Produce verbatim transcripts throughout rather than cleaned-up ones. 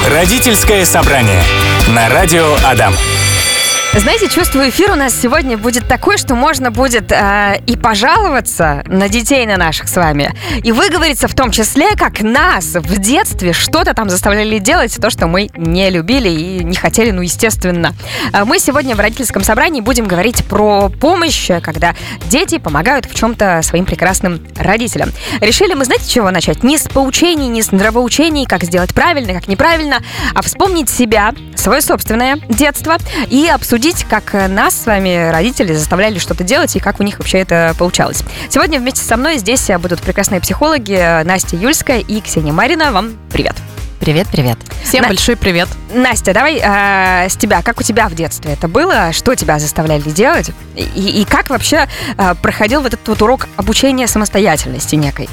Родительское собрание на радио Адам. Знаете, чувствую, эфир у нас сегодня будет такой, что можно будет э, и пожаловаться на детей на наших с вами, и выговориться в том числе, как нас в детстве что-то там заставляли делать, то, что мы не любили и не хотели, ну, естественно. Мы сегодня в родительском собрании будем говорить про помощь, когда дети помогают в чем-то своим прекрасным родителям. Решили мы, знаете, с чего начать? Не с поучений, не с нравоучений, как сделать правильно, как неправильно, а вспомнить себя, свое собственное детство и обсудить, как нас с вами родители заставляли что-то делать и как у них вообще это получалось. Сегодня вместе со мной здесь будут прекрасные психологи Настя Юльская и Ксения Марина. Вам привет. Привет, привет. Всем На... большой привет. Настя, давай э, с тебя. Как у тебя в детстве это было? Что тебя заставляли делать? И, и как вообще э, проходил вот этот вот урок обучения самостоятельности некой?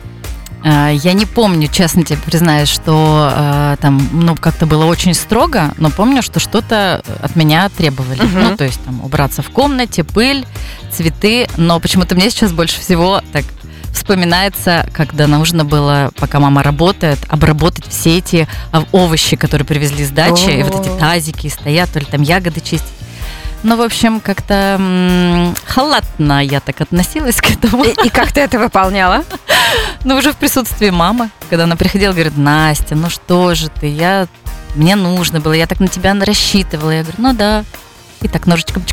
Я не помню, честно тебе признаюсь, что э, там, ну, как-то было очень строго, но помню, что что-то от меня требовали. Uh-huh. Ну, то есть там убраться в комнате, пыль, цветы. Но почему-то мне сейчас больше всего так вспоминается, когда нужно было, пока мама работает, обработать все эти овощи, которые привезли с дачи, uh-huh. и вот эти тазики стоят, то ли там ягоды чистить. Ну, в общем, как-то м- халатно я так относилась к этому. И, и как ты это выполняла? Ну, уже в присутствии мамы, когда она приходила, говорит: Настя, ну что же ты, я... мне нужно было, я так на тебя рассчитывала. Я говорю, ну да. И так ножичком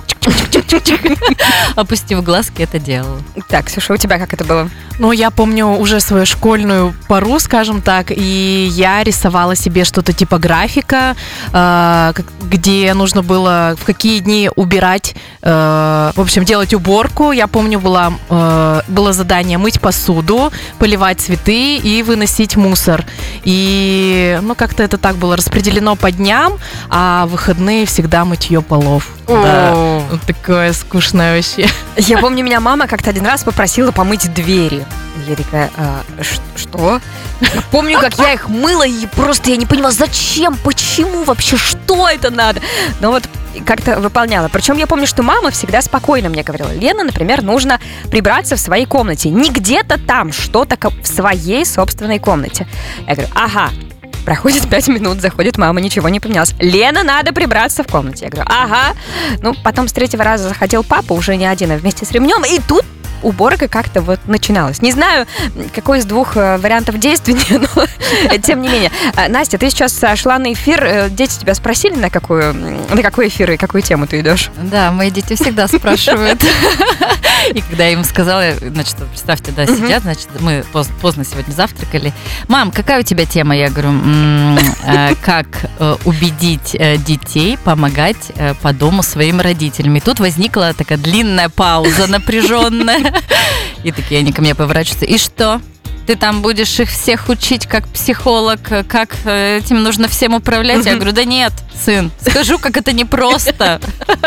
опустив глазки, это делала. Так, Ксюша, у тебя как это было? Ну, я помню уже свою школьную пору, скажем так, и я рисовала себе что-то типа графика, э, где нужно было в какие дни убирать, э, в общем, делать уборку. Я помню, было, э, было задание мыть посуду, поливать цветы и выносить мусор. И, ну, как-то это так было распределено по дням, а в выходные всегда мытье полов. Да, вот такое скучное вообще. Я помню, меня мама как-то один раз попросила помыть двери. Я такая, а, что? Я помню, как я их мыла, и просто я не понимала, зачем, почему вообще, что это надо. Но вот как-то выполняла. Причем я помню, что мама всегда спокойно мне говорила: Лена, например, нужно прибраться в своей комнате. Не где-то там, что-то в своей собственной комнате. Я говорю, ага. Проходит пять минут, заходит мама, ничего не поменялось. Лена, надо прибраться в комнате. Я говорю, ага. Ну, потом с третьего раза заходил папа, уже не один, а вместе с ремнем. И тут уборка как-то вот начиналась. Не знаю, какой из двух вариантов действеннее, но тем не менее. Настя, ты сейчас шла на эфир. Дети тебя спросили, на, какую, на какой эфир и какую тему ты идешь? Да, мои дети всегда спрашивают. И когда я им сказала, значит, представьте, да, сидят, значит, мы поздно, поздно сегодня завтракали. Мам, какая у тебя тема? Я говорю, м-м, э, как э, убедить э, детей помогать э, по дому своим родителям. И тут возникла такая длинная пауза, напряженная. И такие они ко мне поворачиваются. И что? Ты там будешь их всех учить как психолог, как этим нужно всем управлять? Я говорю, да нет, сын, скажу, как это непросто.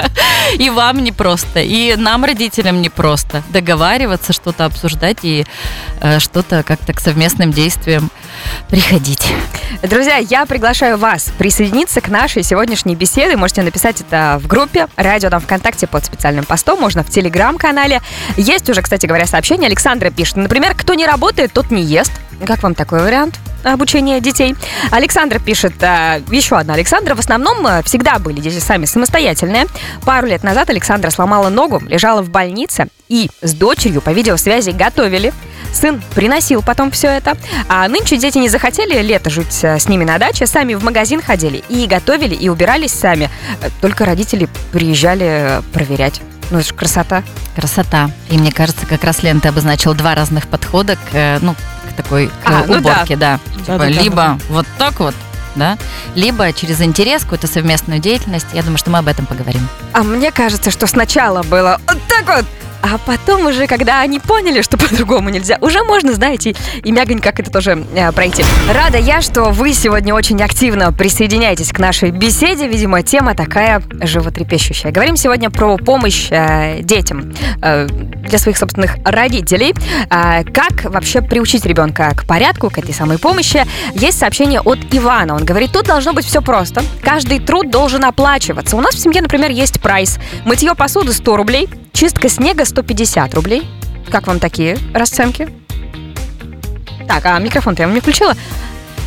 И вам непросто, и нам, родителям, непросто договариваться, что-то обсуждать и э, что-то как-то к совместным действиям приходить. Друзья, я приглашаю вас присоединиться к нашей сегодняшней беседе. Можете написать это в группе Радио Адам ВКонтакте под специальным постом, можно в Телеграм-канале. Есть уже, кстати говоря, сообщение. Александра пишет, например, кто не работает, тот не ест. Как вам такой вариант обучения детей? Александра пишет, еще одна Александра. В основном всегда были дети сами самостоятельные. Пару лет назад Александра сломала ногу, лежала в больнице и с дочерью по видеосвязи готовили. Сын приносил потом все это. А нынче дети не захотели лето жить с ними на даче, сами в магазин ходили и готовили, и убирались сами. Только родители приезжали проверять. Ну, это же красота. Красота. И мне кажется, как раз Лен, ты обозначил два разных подхода к, ну, к такой к а, уборке, ну да. да. Да, типа, да, либо да, да. вот так вот, да, либо через интерес, какую-то совместную деятельность. Я думаю, что мы об этом поговорим. А мне кажется, что сначала было вот так вот, а потом уже, когда они поняли, что по-другому нельзя, уже можно, знаете, и мягонько как это тоже э, пройти. Рада я, что вы сегодня очень активно присоединяетесь к нашей беседе. Видимо, тема такая животрепещущая. Говорим сегодня про помощь э, детям э, для своих собственных родителей. Э, как вообще приучить ребенка к порядку, к этой самой помощи. Есть сообщение от Ивана. Он говорит, тут должно быть все просто. Каждый труд должен оплачиваться. У нас в семье, например, есть прайс. Мытье посуды сто рублей. Чистка снега сто пятьдесят рублей. Как вам такие расценки? Так, а микрофон-то я вам не включила.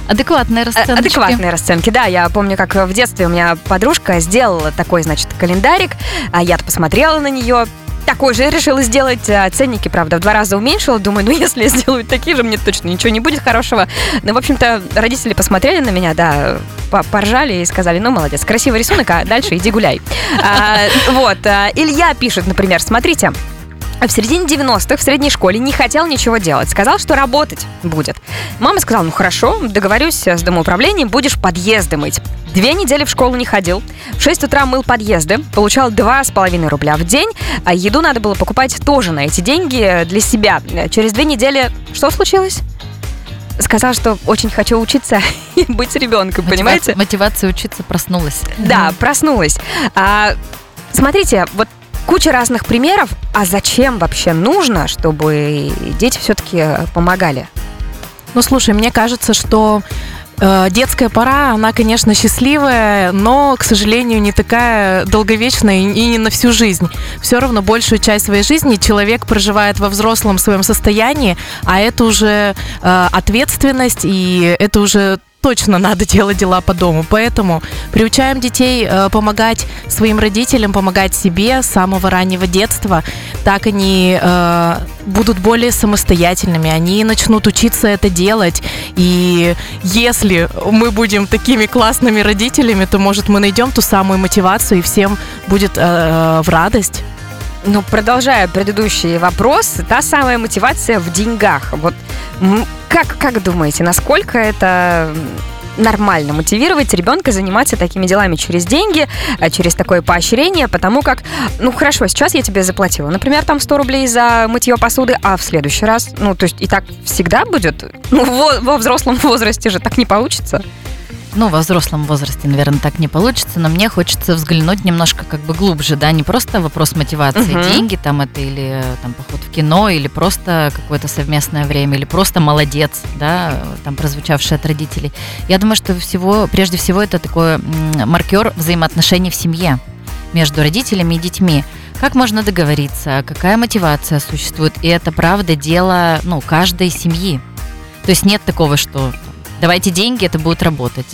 Адекватные расценки. Адекватные расценки, да. Я помню, как в детстве у меня подружка сделала такой, значит, календарик, а я-то посмотрела на нее, такой же решила сделать. Ценники, правда, в два раза уменьшила. Думаю, ну если я сделаю такие же, мне точно ничего не будет хорошего. Но, в общем-то, родители посмотрели на меня, да, поржали и сказали, ну, молодец, красивый рисунок, а дальше иди гуляй. А, вот. Илья пишет, например, смотрите, в середине девяностых в средней школе не хотел ничего делать. Сказал, что работать будет. Мама сказала, ну хорошо, договорюсь с домоуправлением, будешь подъезды мыть. Две недели в школу не ходил. В шесть утра мыл подъезды, получал два с половиной рубля в день, а еду надо было покупать тоже на эти деньги для себя. Через две недели что случилось? Сказал, что очень хочу учиться и быть ребенком, Мотива- понимаете? Мотивация учиться проснулась. Да, проснулась. А, смотрите, вот куча разных примеров. А зачем вообще нужно, чтобы дети все-таки помогали? Ну, слушай, мне кажется, что э, детская пора, она, конечно, счастливая, но, к сожалению, не такая долговечная и не на всю жизнь. Все равно большую часть своей жизни человек проживает во взрослом своем состоянии, а это уже э, ответственность, и это уже точно надо делать дела по дому. Поэтому приучаем детей э, помогать своим родителям, помогать себе с самого раннего детства. Так они э, будут более самостоятельными, они начнут учиться это делать. И если мы будем такими классными родителями, то, может, мы найдем ту самую мотивацию, и всем будет э, в радость. Ну, продолжая предыдущий вопрос, та самая мотивация в деньгах. Вот как, как думаете, насколько это нормально мотивировать ребенка заниматься такими делами через деньги, через такое поощрение, потому как, ну, хорошо, сейчас я тебе заплатила, например, там сто рублей за мытье посуды, а в следующий раз, ну, то есть и так всегда будет? Ну, во, во взрослом возрасте же так не получится. Ну, во взрослом возрасте, наверное, так не получится, но мне хочется взглянуть немножко как бы глубже, да, не просто вопрос мотивации, Мгм. деньги там это или там поход в кино, или просто какое-то совместное время, или просто молодец, да, там прозвучавшее от родителей. Я думаю, что всего, прежде всего это такой м, маркер взаимоотношений в семье между родителями и детьми. Как можно договориться, какая мотивация существует, и это правда дело, ну, каждой семьи. То есть нет такого, что давайте деньги, это будет работать.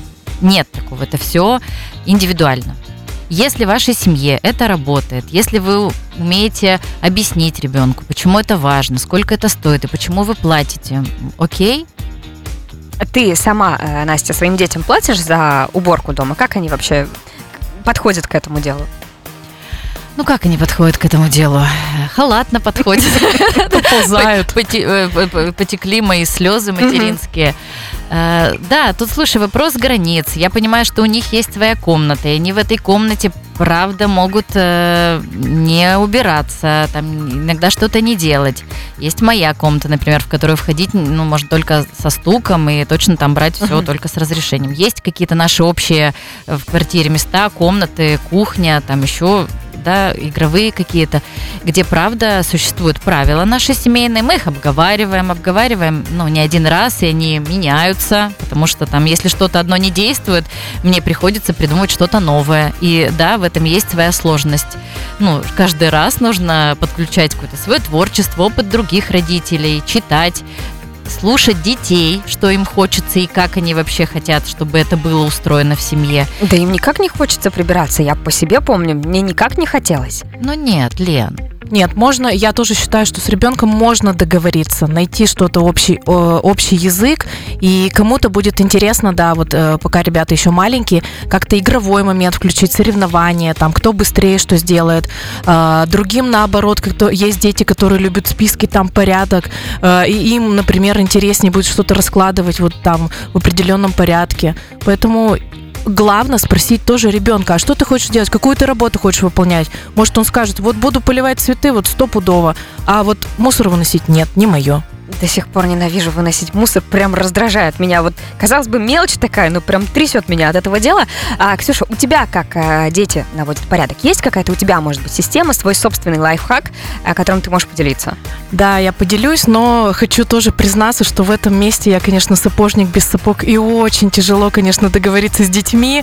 Нет такого, это все индивидуально. Если в вашей семье это работает, если вы умеете объяснить ребенку, почему это важно, сколько это стоит и почему вы платите, окей? Ты сама, э, Настя, своим детям платишь за уборку дома? Как они вообще подходят к этому делу? Ну, как они подходят к этому делу? Халатно подходят. Ползают. Поте- э, Потекли мои слезы материнские. Э, Да, тут, слушай, вопрос границ. Я понимаю, что у них есть своя комната, и они в этой комнате, правда, могут э, не убираться, там, иногда что-то не делать. Есть моя комната, например, в которую входить, ну, может, только со стуком и точно там брать все Мгм. только с разрешением. Есть какие-то наши общие в квартире места, комнаты, кухня, там еще, да, игровые какие-то, где, правда, существуют правила наши семейные, мы их обговариваем, обговариваем, ну, не один раз, и они меняются, потому что там, если что-то одно не действует, мне приходится придумывать что-то новое, и да, в этом есть своя сложность. Ну, каждый раз нужно подключать какое-то свое творчество, опыт других родителей, читать, слушать детей, что им хочется и как они вообще хотят, чтобы это было устроено в семье. Да им никак не хочется прибираться. Я по себе помню, мне никак не хотелось. Но нет, Лен, Нет, можно, я тоже считаю, что с ребенком можно договориться, найти что-то общий, э, общий язык, и кому-то будет интересно, да, вот э, пока ребята еще маленькие, как-то игровой момент включить, соревнования, там, кто быстрее что сделает. Э, другим, наоборот, как-то есть дети, которые любят списки, там, порядок, э, и им, например, интереснее будет что-то раскладывать вот там в определенном порядке. Поэтому главное спросить тоже ребенка, а что ты хочешь делать, какую ты работу хочешь выполнять. Может, он скажет, вот буду поливать цветы, вот стопудово, а вот мусор выносить нет, не мое. До сих пор ненавижу выносить мусор, прям раздражает меня. Вот, казалось бы, мелочь такая, но прям трясет меня от этого дела. А, Ксюша, у тебя как а, дети наводят порядок? Есть какая-то у тебя, может быть, система, свой собственный лайфхак, о котором ты можешь поделиться? Да, я поделюсь, но хочу тоже признаться, что в этом месте я, конечно, сапожник без сапог, и очень тяжело, конечно, договориться с детьми,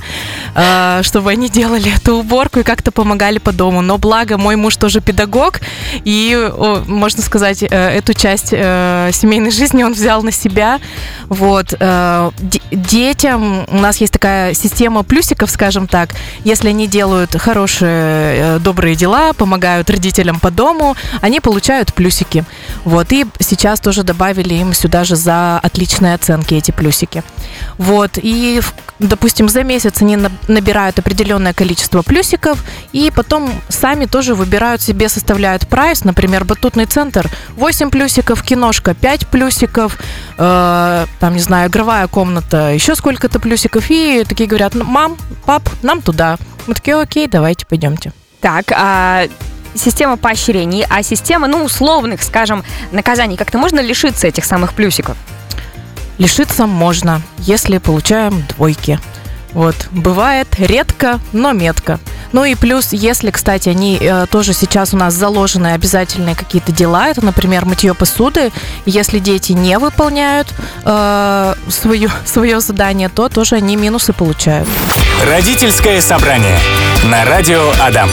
э, чтобы они делали эту уборку и как-то помогали по дому. Но благо мой муж тоже педагог, и, о, можно сказать, э, эту часть э, э, семейной жизни он взял на себя. Вот. Э, д- детям у нас есть такая система плюсиков, скажем так. Если они делают хорошие, э, добрые дела, помогают родителям по дому, они получают плюсики. Вот. И сейчас тоже добавили им сюда же за отличные оценки эти плюсики. Вот. И, допустим, за месяц они набирают определенное количество плюсиков, и потом сами тоже выбирают себе, составляют прайс. Например, батутный центр восемь плюсиков, киношка пять плюсиков, э, там, не знаю, игровая комната еще сколько-то плюсиков. И такие говорят: мам, пап, нам туда. Мы такие: окей, давайте, пойдемте. Так, а система поощрений, а система, ну, условных, скажем, наказаний, как-то можно лишиться этих самых плюсиков? Лишиться можно, если получаем двойки. Вот. Бывает редко, но метко. Ну и плюс, если, кстати, они э, тоже сейчас у нас заложены обязательные какие-то дела, это, например, мытье посуды. Если дети не выполняют э, свое, свое задание, то тоже они минусы получают. Родительское собрание на радио Адам.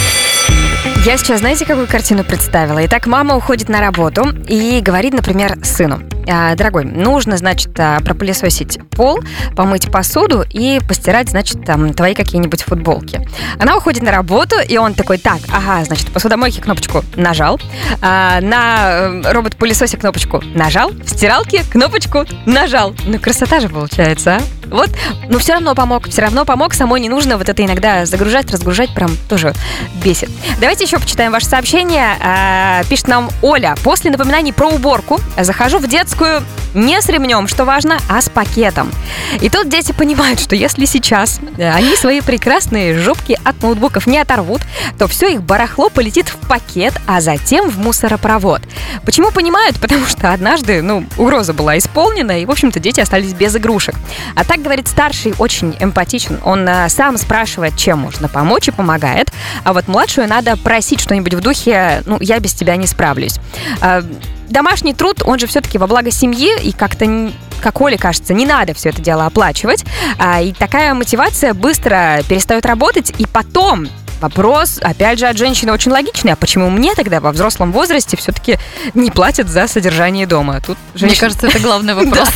Я сейчас, знаете, какую картину представила? Итак, мама уходит на работу и говорит, например, сыну: дорогой, нужно, значит, пропылесосить пол, помыть посуду и постирать, значит, там, твои какие-нибудь футболки. Она уходит на работу, и он такой: так, ага, значит, посудомойке кнопочку нажал, а, на робот-пылесосе кнопочку нажал, в стиралке кнопочку нажал. Ну, красота же получается, а? Вот, но все равно помог, все равно помог, самой не нужно вот это иногда загружать, разгружать, прям тоже бесит. Давайте еще почитаем ваше сообщение. А, пишет нам Оля: после напоминаний про уборку захожу в детскую не с ремнем, что важно, а с пакетом. И тут дети понимают, что если сейчас они свои прекрасные жопки от ноутбуков не оторвут, то все их барахло полетит в пакет, а затем в мусоропровод. Почему понимают? Потому что однажды, ну, угроза была исполнена, и, в общем-то, дети остались без игрушек. А так, говорит, старший очень эмпатичен. Он а, сам спрашивает, чем можно помочь, и помогает. А вот младшую надо просить что-нибудь в духе: ну, я без тебя не справлюсь. А, домашний труд, он же все-таки во благо семьи, и как-то, как Оле кажется, не надо все это дело оплачивать. А, и такая мотивация быстро перестает работать, и потом вопрос, опять же, от женщины очень логичный: а почему мне тогда во взрослом возрасте все-таки не платят за содержание дома? Тут женщина... Мне кажется, это главный вопрос.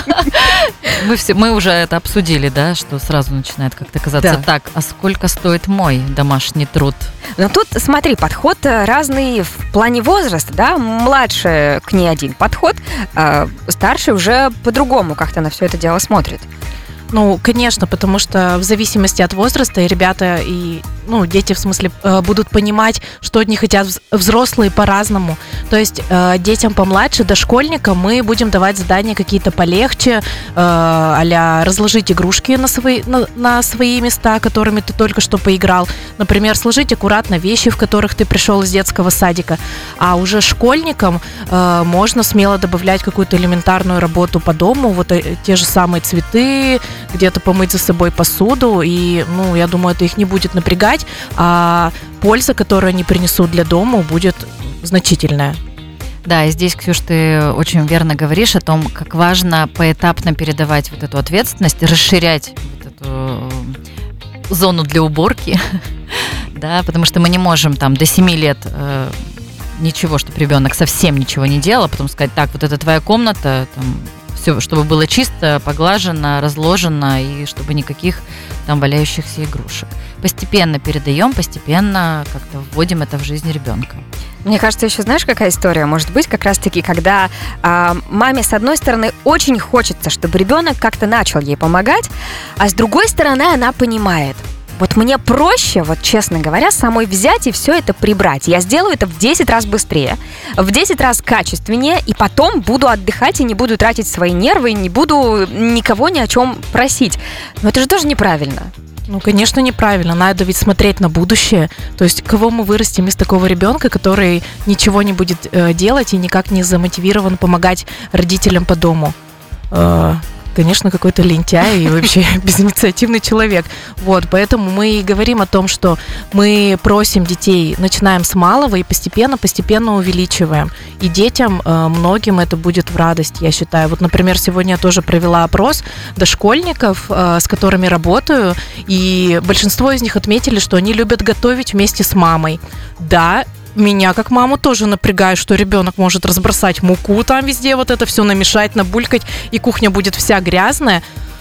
Мы, все, мы уже это обсудили, да, что сразу начинает как-то казаться: да. Так, а сколько стоит мой домашний труд? Но тут, смотри, подход разный в плане возраста, да, младше к ней один подход, а старший уже по-другому как-то на все это дело смотрит. Ну, конечно, потому что в зависимости от возраста и ребята, и, ну, дети, в смысле, будут понимать, что от них хотят взрослые по-разному. То есть детям помладше, дошкольникам, мы будем давать задания какие-то полегче, а-ля разложить игрушки на свои, на, на свои места, которыми ты только что поиграл. Например, сложить аккуратно вещи, в которых ты пришел из детского садика. А уже школьникам можно смело добавлять какую-то элементарную работу по дому, вот те же самые цветы, где-то помыть за собой посуду, и, ну, я думаю, это их не будет напрягать, а польза, которую они принесут для дома, будет значительная. Да, и здесь, Ксюш, ты очень верно говоришь о том, как важно поэтапно передавать вот эту ответственность, расширять вот эту зону для уборки, да, потому что мы не можем там до семи лет э, ничего, чтобы ребенок совсем ничего не делал, а потом сказать: так, вот это твоя комната, там, все, чтобы было чисто, поглажено, разложено, и чтобы никаких там валяющихся игрушек. Постепенно передаем, постепенно как-то вводим это в жизнь ребенка. Мне кажется, еще знаешь, какая история может быть? Как раз-таки, когда э, маме, с одной стороны, очень хочется, чтобы ребенок как-то начал ей помогать, а с другой стороны, она понимает: вот мне проще, вот честно говоря, самой взять и все это прибрать. Я сделаю это в десять раз быстрее, в десять раз качественнее, и потом буду отдыхать и не буду тратить свои нервы, не буду никого ни о чем просить. Но это же тоже неправильно. Ну, конечно, неправильно. Надо ведь смотреть на будущее. То есть, кого мы вырастим из такого ребенка, который ничего не будет э, делать и никак не замотивирован помогать родителям по дому? Э, конечно, какой-то лентяй и вообще безинициативный человек. Вот, поэтому мы и говорим о том, что мы просим детей, начинаем с малого и постепенно-постепенно увеличиваем. И детям, многим это будет в радость, я считаю. Вот, например, сегодня я тоже провела опрос дошкольников, с которыми работаю, и большинство из них отметили, что они любят готовить вместе с мамой. Да, меня, как маму, тоже напрягает, что ребенок может разбросать муку там везде, вот это все намешать, набулькать, и кухня будет вся грязная.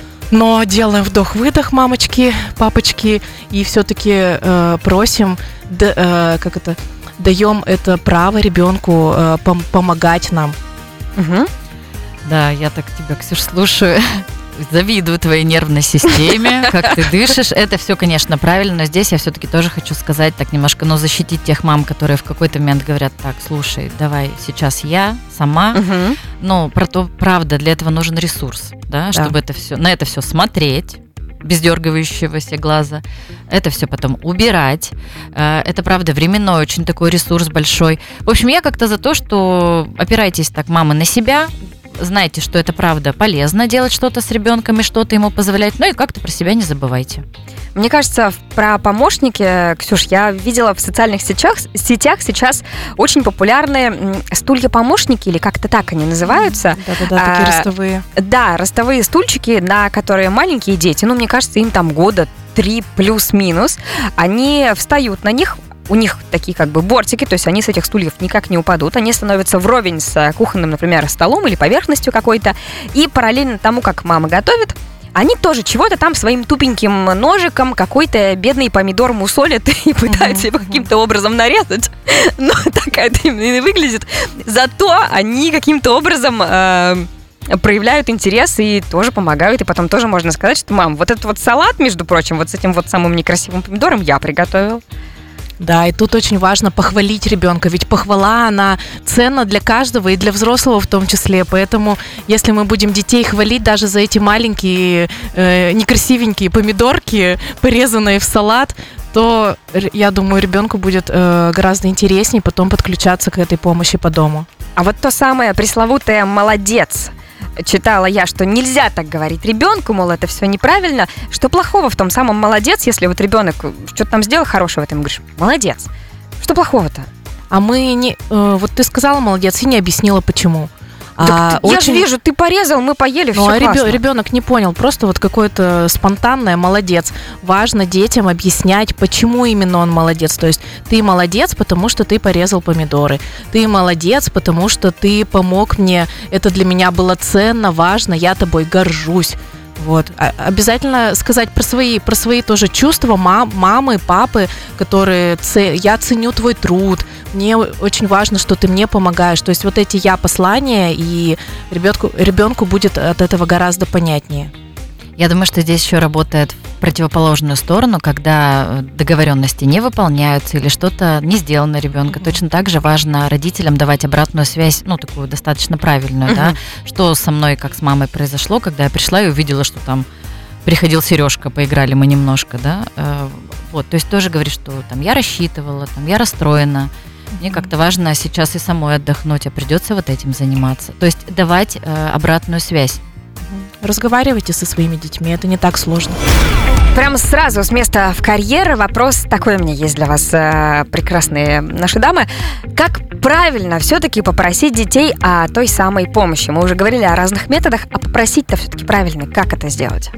Но делаем вдох-выдох, мамочки, папочки, и все-таки э, просим, д, э, как это, даем это право ребенку э, пом- помогать нам. Угу. Да, я так тебя, Ксюш, слушаю. Завидую твоей нервной системе, как ты дышишь. Это все, конечно, правильно, но здесь я все-таки тоже хочу сказать так немножко, но защитить тех мам, которые в какой-то момент говорят: так, слушай, давай сейчас я сама. Угу. Ну, про то, правда, для этого нужен ресурс, да, Да. чтобы это все, на это все смотреть без дергающегося глаза, это все потом убирать. Э, Это, правда, временной очень такой ресурс большой. В общем, я как-то за то, что опирайтесь так, мамы, на себя, знайте, что это правда полезно делать что-то с ребенком и что-то ему позволять, ну и как-то про себя не забывайте. Мне кажется, про помощники, Ксюш, я видела в социальных сетях, сетях сейчас очень популярные м, стулья-помощники, или как-то так они называются. Да-да-да, А, такие ростовые. Да, ростовые стульчики, на которые маленькие дети, ну, мне кажется, им там года три плюс-минус, они встают на них. У них такие как бы бортики, то есть они с этих стульев никак не упадут. Они становятся вровень с кухонным, например, столом или поверхностью какой-то. И параллельно тому, как мама готовит, они тоже чего-то там своим тупеньким ножиком какой-то бедный помидор мусолят и пытаются его каким-то образом нарезать. Но так это именно и выглядит. Зато они каким-то образом э, проявляют интерес и тоже помогают. И потом тоже можно сказать, что, мам, вот этот вот салат, между прочим, вот с этим вот самым некрасивым помидором я приготовил. Да, и тут очень важно похвалить ребенка, ведь похвала, она ценна для каждого и для взрослого в том числе, поэтому если мы будем детей хвалить даже за эти маленькие э, некрасивенькие помидорки, порезанные в салат, то, р- я думаю, ребенку будет э, гораздо интереснее потом подключаться к этой помощи по дому. А вот то самое пресловутое «молодец». Читала я, что нельзя так говорить ребенку, мол, это все неправильно. Что плохого в том самом «молодец», если вот ребенок что-то там сделал хорошего, ты ему говоришь «молодец». Что плохого-то? А мы не... э, вот ты сказала «молодец» и не объяснила, почему. Так А, ты- Я же вижу, ты порезал, мы поели, Ну, все а классно. ребё- ребенок не понял, просто вот какое-то спонтанное «молодец». Важно детям объяснять, почему именно он молодец. То есть ты молодец, потому что ты порезал помидоры. Ты молодец, потому что ты помог мне. Это для меня было ценно, важно, я тобой горжусь. Вот. А- обязательно сказать про свои, про свои тоже чувства мам, мамы, папы, которые це- я ценю твой труд, мне очень важно, что ты мне помогаешь. То есть вот эти я послания, и ребенку, ребенку будет от этого гораздо понятнее. Я думаю, что здесь еще работает в противоположную сторону, когда договоренности не выполняются или что-то не сделано ребенка. Точно так же важно родителям давать обратную связь, ну, такую достаточно правильную, да, что со мной, как с мамой произошло, когда я пришла и увидела, что там приходил Сережка, поиграли мы немножко, да, э, вот, то есть тоже говорит, что там я рассчитывала, там я расстроена, мне как-то важно сейчас и самой отдохнуть, а придется вот этим заниматься. То есть давать э, обратную связь. Разговаривайте со своими детьми, это не так сложно. Прямо сразу с места в карьер вопрос такой у меня есть для вас, э, прекрасные наши дамы. Как правильно все-таки попросить детей о той самой помощи? Мы уже говорили о разных методах, а попросить-то все-таки правильно, как это сделать?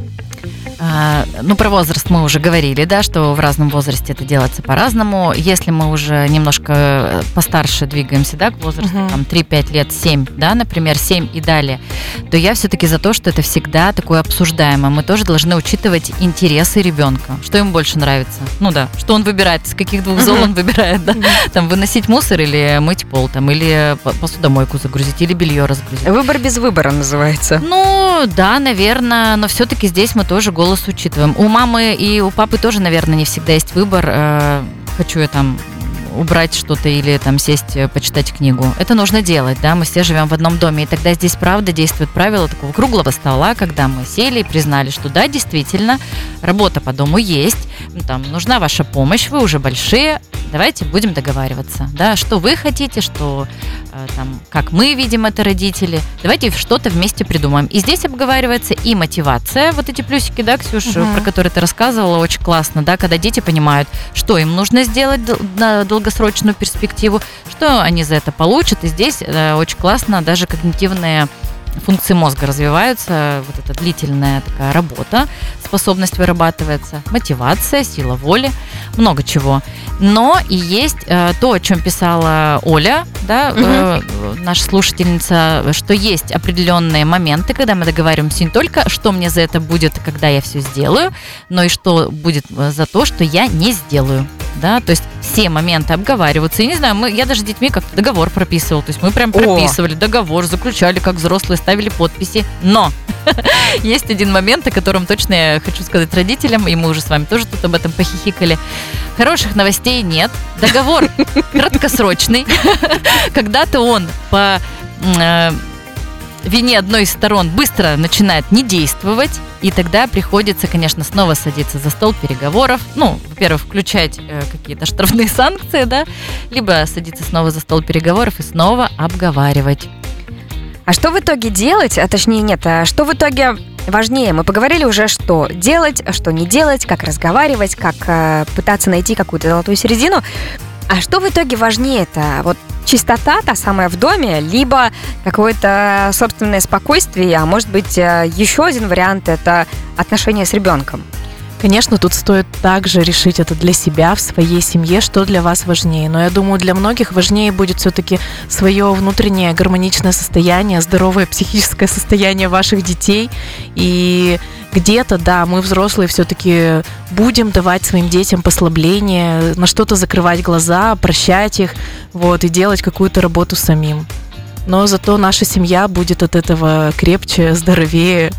А, ну, про возраст мы уже говорили, да, что в разном возрасте это делается по-разному. Если мы уже немножко постарше двигаемся, да, к возрасту, Мгм. там, три-пять лет, семь, да, например, семь и далее, то я все-таки за то, что это всегда такое обсуждаемое. Мы тоже должны учитывать интересы ребенка. Что ему больше нравится? Ну да, что он выбирает, с каких двух зол он выбирает, да? Там, выносить мусор или мыть пол, там, или по- посудомойку загрузить, или белье разгрузить. Выбор без выбора называется. Ну, да, наверное, но все-таки здесь мы тоже голос учитываем. У мамы и у папы тоже, наверное, не всегда есть выбор. э, Хочу я там убрать что-то или там сесть, э, почитать книгу. Это нужно делать, да, мы все живем в одном доме, и тогда здесь, правда, действует правило такого круглого стола, когда мы сели и признали, что да, действительно, работа по дому есть, ну, там, нужна ваша помощь, вы уже большие, давайте будем договариваться, да, что вы хотите, что э, там, как мы видим это родители, давайте что-то вместе придумаем. И здесь обговаривается и мотивация, вот эти плюсики, да, Ксюш, Мгм. про которые ты рассказывала, очень классно, да, когда дети понимают, что им нужно сделать дол- на долгосрочную перспективу, что они за это получат, и здесь э, очень классно даже когнитивные функции мозга развиваются, вот эта длительная такая работа, способность вырабатывается, мотивация, сила воли, много чего. Но и есть э, то, о чем писала Оля, да, э, наша слушательница, что есть определенные моменты, когда мы договариваемся не только, что мне за это будет, когда я все сделаю, но и что будет за то, что я не сделаю. Да, то есть все моменты обговариваются. Я не знаю, мы, я даже с детьми как-то договор прописывала. То есть мы прям прописывали О. договор, заключали как взрослые, ставили подписи. Но есть один момент, о котором точно я хочу сказать родителям, и мы уже с вами тоже тут об этом похихикали. Хороших новостей нет. Договор краткосрочный. Когда-то он по вине одной из сторон быстро начинает не действовать, и тогда приходится, конечно, снова садиться за стол переговоров. Ну, во-первых, включать э, какие-то штрафные санкции, да, либо садиться снова за стол переговоров и снова обговаривать. А что в итоге делать, а точнее нет, а что в итоге важнее? Мы поговорили уже, что делать, что не делать, как разговаривать, как э, пытаться найти какую-то золотую середину. А что в итоге важнее-то? Вот чистота та самая в доме, либо какое-то собственное спокойствие, а может быть еще один вариант – это отношения с ребенком? Конечно, тут стоит также решить это для себя, в своей семье, что для вас важнее. Но я думаю, для многих важнее будет все-таки свое внутреннее гармоничное состояние, здоровое психическое состояние ваших детей. И где-то, да, мы, взрослые, все-таки будем давать своим детям послабление, на что-то закрывать глаза, прощать их, вот, и делать какую-то работу самим. Но зато наша семья будет от этого крепче, здоровее.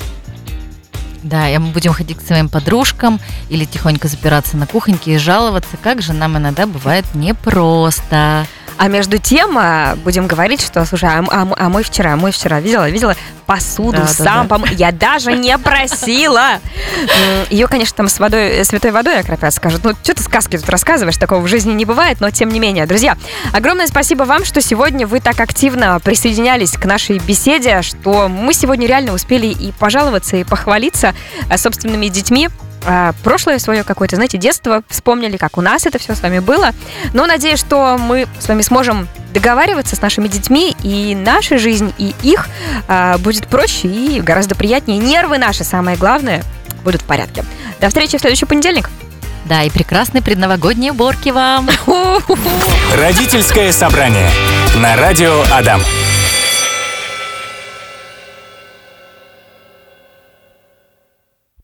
Да, и мы будем ходить к своим подружкам или тихонько запираться на кухоньке и жаловаться, как же нам иногда бывает непросто. А между тем будем говорить, что, слушай, а, а, а мы вчера, мы вчера видела, видела посуду да, сам, да, да. Пом... я даже не просила. Ее, конечно, там с водой, святой водой окропят, скажут, ну, что ты сказки тут рассказываешь, такого в жизни не бывает, но тем не менее. Друзья, огромное спасибо вам, что сегодня вы так активно присоединялись к нашей беседе, что мы сегодня реально успели и пожаловаться, и похвалиться собственными детьми. Прошлое свое какое-то, знаете, детство вспомнили, как у нас это все с вами было. Но надеюсь, что мы с вами сможем договариваться с нашими детьми, и наша жизнь, и их а, будет проще и гораздо приятнее. Нервы наши, самое главное, будут в порядке. До встречи в следующий понедельник. Да, и прекрасной предновогодней уборки вам. Родительское собрание на радио Адам.